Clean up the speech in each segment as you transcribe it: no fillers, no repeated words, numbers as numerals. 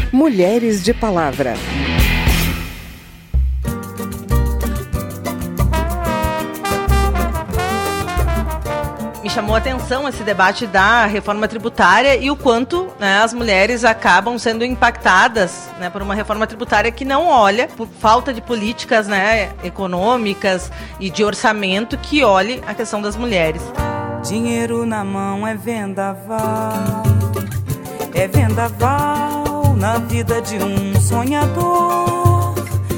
Mulheres de Palavra. Me chamou a atenção esse debate da reforma tributária e o quanto, as mulheres acabam sendo impactadas, por uma reforma tributária que não olha, por falta de políticas, econômicas e de orçamento, que olhe a questão das mulheres. Dinheiro na mão é vendaval na vida de um sonhador,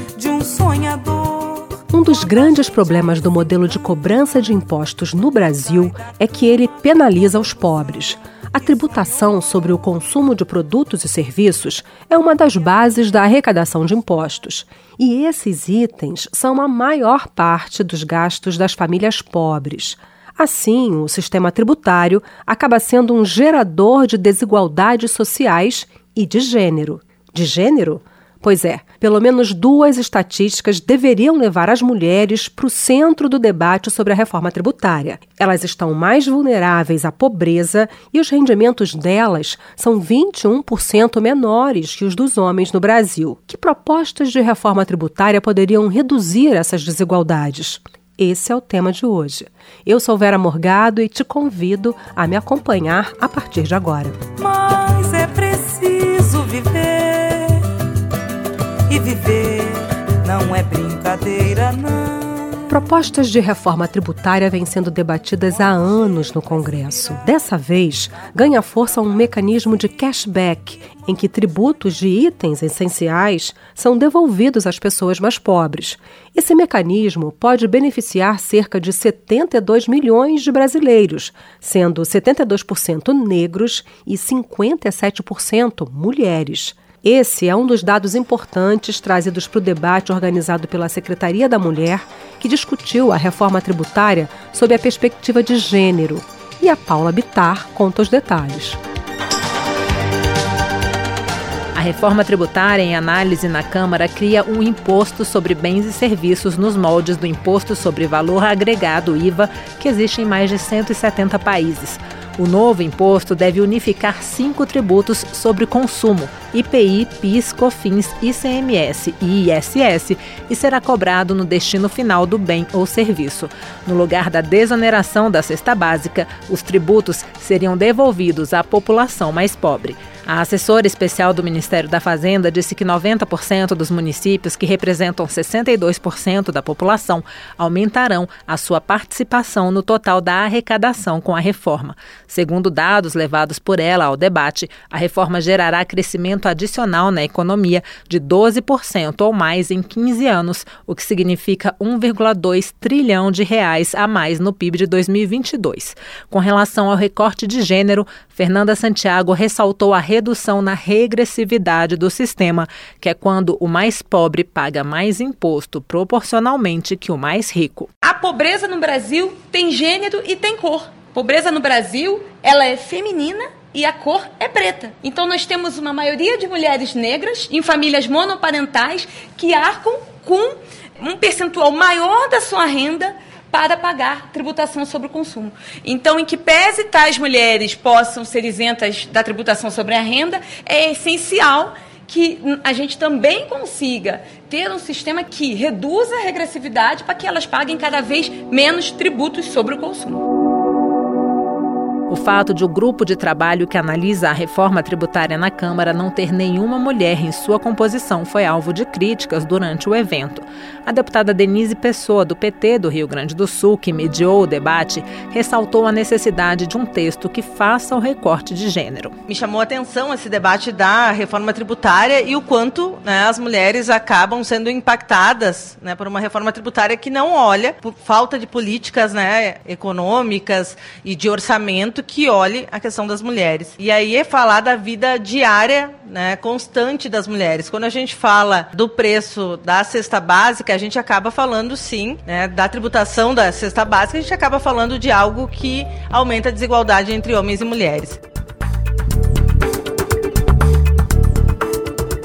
Um dos grandes problemas do modelo de cobrança de impostos no Brasil é que ele penaliza os pobres. A tributação sobre o consumo de produtos e serviços é uma das bases da arrecadação de impostos. E esses itens são a maior parte dos gastos das famílias pobres. Assim, o sistema tributário acaba sendo um gerador de desigualdades sociais e de gênero. De gênero? Pois é, pelo menos 2 estatísticas deveriam levar as mulheres para o centro do debate sobre a reforma tributária. Elas estão mais vulneráveis à pobreza e os rendimentos delas são 21% menores que os dos homens no Brasil. Que propostas de reforma tributária poderiam reduzir essas desigualdades? Esse é o tema de hoje. Eu sou Vera Morgado e te convido a me acompanhar a partir de agora. Mas é preciso viver. E viver não é brincadeira, não. Propostas de reforma tributária vêm sendo debatidas há anos no Congresso. Dessa vez, ganha força um mecanismo de cashback, em que tributos de itens essenciais são devolvidos às pessoas mais pobres. Esse mecanismo pode beneficiar cerca de 72 milhões de brasileiros, sendo 72% negros e 57% mulheres. Esse é um dos dados importantes trazidos para o debate organizado pela Secretaria da Mulher, que discutiu a reforma tributária sob a perspectiva de gênero. E a Paula Bittar conta os detalhes. A reforma tributária em análise na Câmara cria um imposto sobre bens e serviços nos moldes do Imposto sobre Valor Agregado, IVA, que existe em mais de 170 países. O novo imposto deve unificar 5 tributos sobre consumo: IPI, PIS, COFINS, ICMS e ISS, e será cobrado no destino final do bem ou serviço. No lugar da desoneração da cesta básica, os tributos seriam devolvidos à população mais pobre. A assessora especial do Ministério da Fazenda disse que 90% dos municípios, que representam 62% da população, aumentarão a sua participação no total da arrecadação com a reforma. Segundo dados levados por ela ao debate, a reforma gerará crescimento adicional na economia de 12% ou mais em 15 anos, o que significa 1,2 trilhão de reais a mais no PIB de 2022. Com relação ao recorte de gênero, Fernanda Santiago ressaltou a redução na regressividade do sistema, que é quando o mais pobre paga mais imposto proporcionalmente que o mais rico. A pobreza no Brasil tem gênero e tem cor. Pobreza no Brasil, ela é feminina e a cor é preta. Então nós temos uma maioria de mulheres negras em famílias monoparentais que arcam com um percentual maior da sua renda para pagar tributação sobre o consumo. Então, em que pese tais mulheres possam ser isentas da tributação sobre a renda, é essencial que a gente também consiga ter um sistema que reduza a regressividade para que elas paguem cada vez menos tributos sobre o consumo. O fato de o grupo de trabalho que analisa a reforma tributária na Câmara não ter nenhuma mulher em sua composição foi alvo de críticas durante o evento. A deputada Denise Pessoa, do PT do Rio Grande do Sul, que mediou o debate, ressaltou a necessidade de um texto que faça o recorte de gênero. Me chamou a atenção esse debate da reforma tributária e o quanto as mulheres acabam sendo impactadas por uma reforma tributária que não olha, por falta de políticas econômicas e de orçamento, que olhe a questão das mulheres. E aí é falar da vida diária, constante das mulheres. Quando a gente fala do preço da cesta básica, a gente acaba falando, sim, da tributação da cesta básica, a gente acaba falando de algo que aumenta a desigualdade entre homens e mulheres.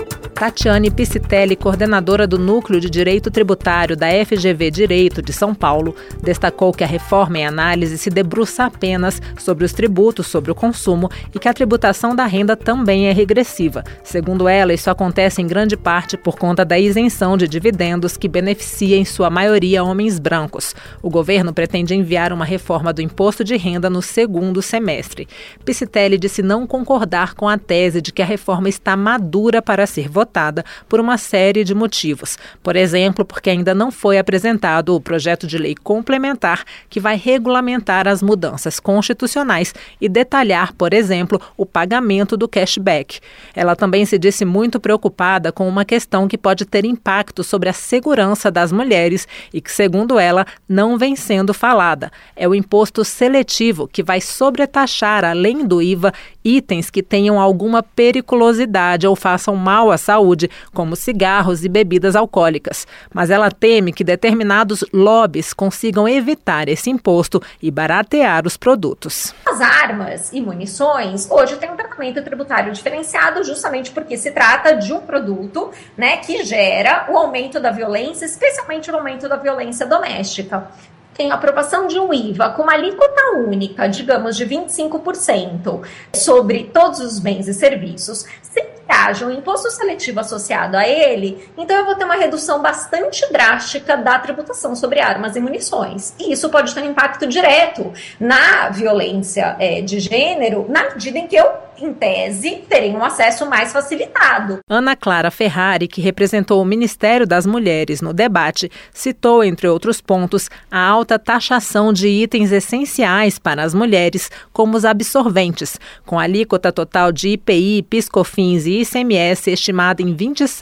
Tatiane Piscitelli, coordenadora do Núcleo de Direito Tributário da FGV Direito de São Paulo, destacou que a reforma em análise se debruça apenas sobre os tributos sobre o consumo e que a tributação da renda também é regressiva. Segundo ela, isso acontece em grande parte por conta da isenção de dividendos que beneficia em sua maioria homens brancos. O governo pretende enviar uma reforma do imposto de renda no segundo semestre. Piscitelli disse não concordar com a tese de que a reforma está madura para ser votada por uma série de motivos. Por exemplo, porque ainda não foi apresentado o projeto de lei complementar que vai regulamentar as mudanças constitucionais e detalhar, por exemplo, o pagamento do cashback. Ela também se disse muito preocupada com uma questão que pode ter impacto sobre a segurança das mulheres e que, segundo ela, não vem sendo falada. É o imposto seletivo, que vai sobretaxar, além do IVA, itens que tenham alguma periculosidade ou façam mal à saúde, como cigarros e bebidas alcoólicas. Mas ela teme que determinados lobbies consigam evitar esse imposto e baratear os produtos. As armas e munições hoje têm um tratamento tributário diferenciado justamente porque se trata de um produto, né, que gera o aumento da violência, especialmente o aumento da violência doméstica. Tem a aprovação de um IVA com uma alíquota única, digamos, de 25% sobre todos os bens e serviços. Se haja um imposto seletivo associado a ele, então eu vou ter uma redução bastante drástica da tributação sobre armas e munições. E isso pode ter um impacto direto na violência de gênero, na medida em que eu, em tese, terem um acesso mais facilitado. Ana Clara Ferrari, que representou o Ministério das Mulheres no debate, citou, entre outros pontos, a alta taxação de itens essenciais para as mulheres, como os absorventes, com a alíquota total de IPI, PIS/COFINS e ICMS estimada em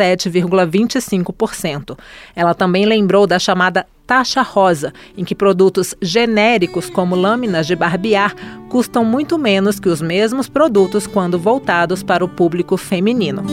27,25%. Ela também lembrou da chamada taxa rosa, em que produtos genéricos como lâminas de barbear custam muito menos que os mesmos produtos quando voltados para o público feminino.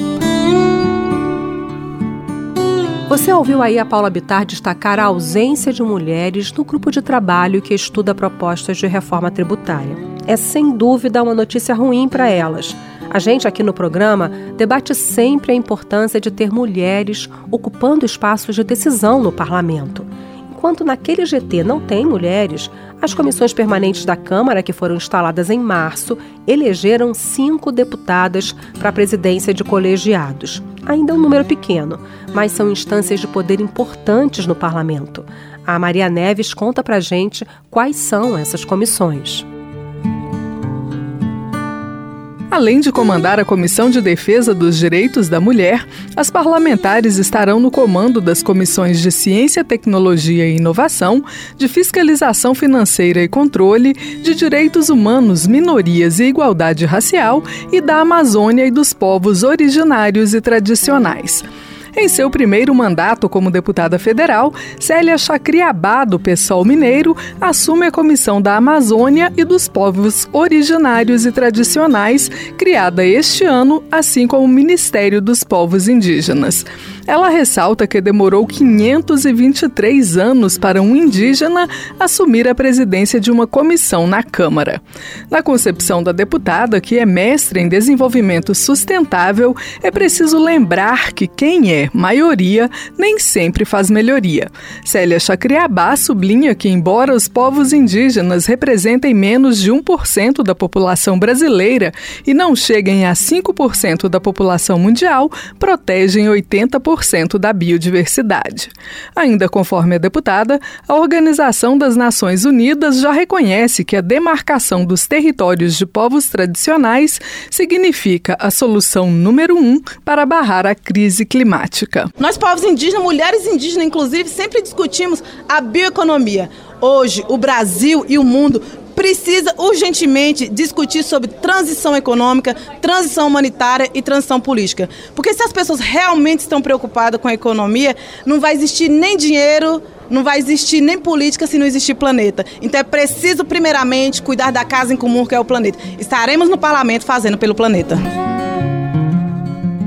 Você ouviu aí a Paula Bittar destacar a ausência de mulheres no grupo de trabalho que estuda propostas de reforma tributária. É sem dúvida uma notícia ruim para elas. A gente aqui no programa debate sempre a importância de ter mulheres ocupando espaços de decisão no parlamento. Enquanto naquele GT não tem mulheres, as comissões permanentes da Câmara, que foram instaladas em março, elegeram 5 deputadas para a presidência de colegiados. Ainda é um número pequeno, mas são instâncias de poder importantes no parlamento. A Maria Neves conta pra gente quais são essas comissões. Além de comandar a Comissão de Defesa dos Direitos da Mulher, as parlamentares estarão no comando das comissões de Ciência, Tecnologia e Inovação, de Fiscalização Financeira e Controle, de Direitos Humanos, Minorias e Igualdade Racial e da Amazônia e dos Povos Originários e Tradicionais. Em seu primeiro mandato como deputada federal, Célia Chacriabá, do PSOL mineiro, assume a Comissão da Amazônia e dos Povos Originários e Tradicionais, criada este ano, assim como o Ministério dos Povos Indígenas. Ela ressalta que demorou 523 anos para um indígena assumir a presidência de uma comissão na Câmara. Na concepção da deputada, que é mestre em desenvolvimento sustentável, é preciso lembrar que quem é maioria nem sempre faz melhoria. Célia Chacriabá sublinha que, embora os povos indígenas representem menos de 1% da população brasileira e não cheguem a 5% da população mundial, protegem 80% da biodiversidade. Ainda conforme a deputada, a Organização das Nações Unidas já reconhece que a demarcação dos territórios de povos tradicionais significa a solução número 1 para barrar a crise climática. Nós, povos indígenas, mulheres indígenas, inclusive, sempre discutimos a bioeconomia. Hoje, o Brasil e o mundo precisa urgentemente discutir sobre transição econômica, transição humanitária e transição política. Porque se as pessoas realmente estão preocupadas com a economia, não vai existir nem dinheiro, não vai existir nem política se não existir planeta. Então é preciso, primeiramente, cuidar da casa em comum que é o planeta. Estaremos no parlamento fazendo pelo planeta.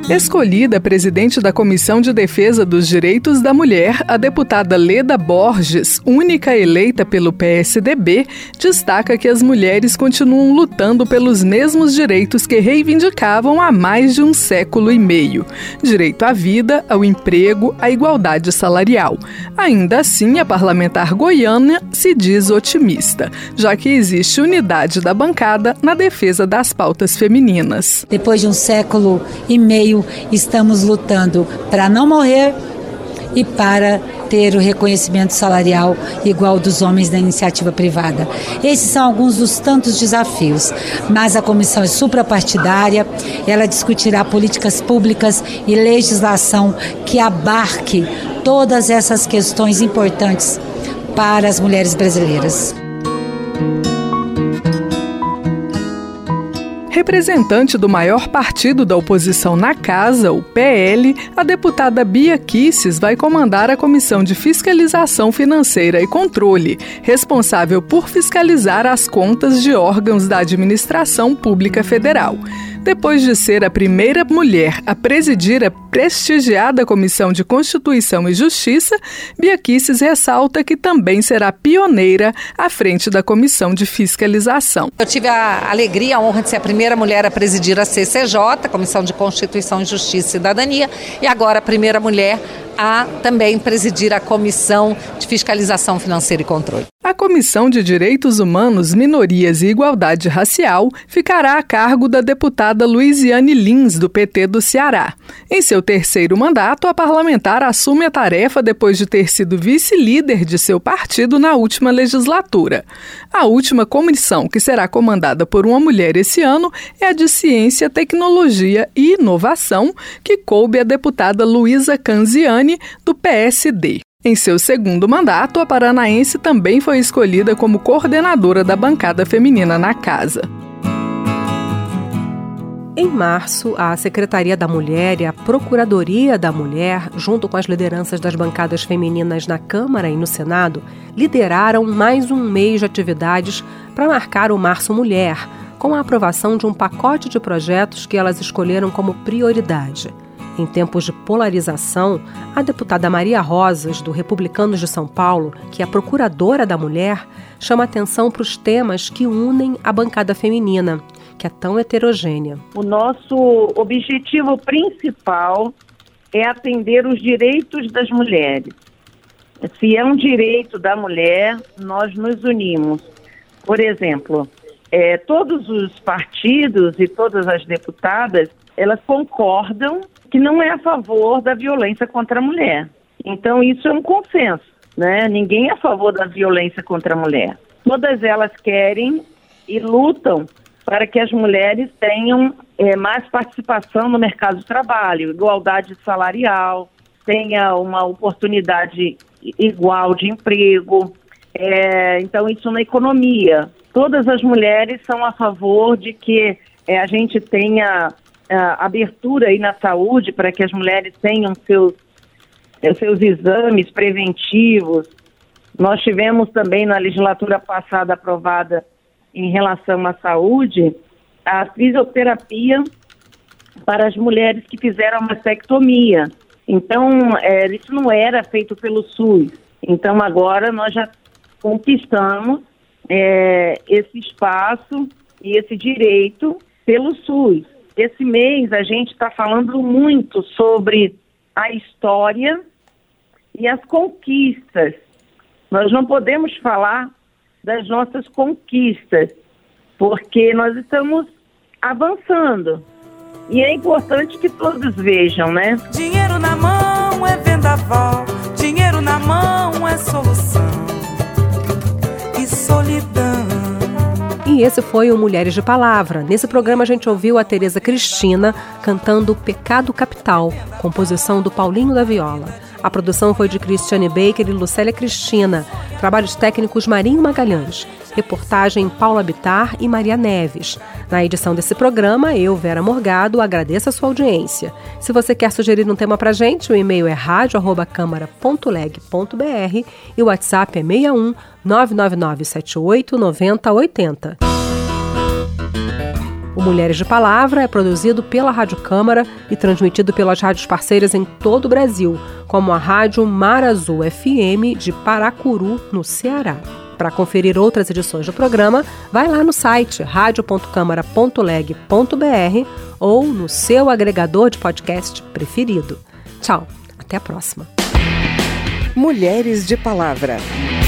Escolhida presidente da Comissão de Defesa dos Direitos da Mulher, a deputada Leda Borges, única eleita pelo PSDB, destaca que as mulheres continuam lutando pelos mesmos direitos que reivindicavam há mais de um século e meio: direito à vida, ao emprego, à igualdade salarial. Ainda assim, a parlamentar goiana se diz otimista, já que existe unidade da bancada na defesa das pautas femininas. Depois de um século e meio, estamos lutando para não morrer e para ter o reconhecimento salarial igual dos homens da iniciativa privada. Esses são alguns dos tantos desafios, mas a comissão é suprapartidária, ela discutirá políticas públicas e legislação que abarque todas essas questões importantes para as mulheres brasileiras. Representante do maior partido da oposição na casa, o PL, a deputada Bia Kicis vai comandar a Comissão de Fiscalização Financeira e Controle, responsável por fiscalizar as contas de órgãos da Administração Pública Federal. Depois de ser a primeira mulher a presidir a prestigiada Comissão de Constituição e Justiça, Bia Kicis ressalta que também será pioneira à frente da Comissão de Fiscalização. Eu tive a alegria, a honra de ser a primeira mulher a presidir a CCJ, Comissão de Constituição e Justiça e Cidadania, e agora a primeira mulher a também presidir a Comissão de Fiscalização Financeira e Controle. A Comissão de Direitos Humanos, Minorias e Igualdade Racial ficará a cargo da deputada Luiziane Lins, do PT do Ceará. Em seu terceiro mandato, a parlamentar assume a tarefa depois de ter sido vice-líder de seu partido na última legislatura. A última comissão, que será comandada por uma mulher esse ano, é a de Ciência, Tecnologia e Inovação, que coube à deputada Luísa Canziani, do PSD. Em seu segundo mandato, a paranaense também foi escolhida como coordenadora da bancada feminina na casa. Em março, a Secretaria da Mulher e a Procuradoria da Mulher, junto com as lideranças das bancadas femininas na Câmara e no Senado, lideraram mais um mês de atividades para marcar o Março Mulher, com a aprovação de um pacote de projetos que elas escolheram como prioridade. Em tempos de polarização, a deputada Maria Rosas, do Republicanos de São Paulo, que é a procuradora da mulher, chama atenção para os temas que unem a bancada feminina, que é tão heterogênea. O nosso objetivo principal é atender os direitos das mulheres. Se é um direito da mulher, nós nos unimos. Por exemplo, todos os partidos e todas as deputadas, elas concordam que não é a favor da violência contra a mulher. Então, isso é um consenso, né? Ninguém é a favor da violência contra a mulher. Todas elas querem e lutam para que as mulheres tenham mais participação no mercado de trabalho, igualdade salarial, tenha uma oportunidade igual de emprego. Então, isso na economia. Todas as mulheres são a favor de que a gente tenha abertura aí na saúde para que as mulheres tenham seus exames preventivos. Nós tivemos também na legislatura passada aprovada em relação à saúde a fisioterapia para as mulheres que fizeram a mastectomia. Então, isso não era feito pelo SUS. Então, agora nós já conquistamos esse espaço e esse direito pelo SUS. Esse mês a gente está falando muito sobre a história e as conquistas. Nós não podemos falar das nossas conquistas, porque nós estamos avançando. E é importante que todos vejam, né? Dinheiro na mão é vendaval, dinheiro na mão é solução e solidão. E esse foi o Mulheres de Palavra. Nesse programa a gente ouviu a Tereza Cristina cantando Pecado Capital, composição do Paulinho da Viola. A produção foi de Cristiane Baker e Lucélia Cristina. Trabalhos técnicos Marinho Magalhães. Reportagem Paula Bittar e Maria Neves. Na edição desse programa, eu, Vera Morgado, agradeço a sua audiência. Se você quer sugerir um tema pra gente, o e-mail é radio@câmara.leg.br e o WhatsApp é 61 999 78 90 80. O Mulheres de Palavra é produzido pela Rádio Câmara e transmitido pelas rádios parceiras em todo o Brasil, como a Rádio Mar Azul FM de Paracuru, no Ceará. Para conferir outras edições do programa, vai lá no site radio.câmara.leg.br ou no seu agregador de podcast preferido. Tchau, até a próxima. Mulheres de Palavra.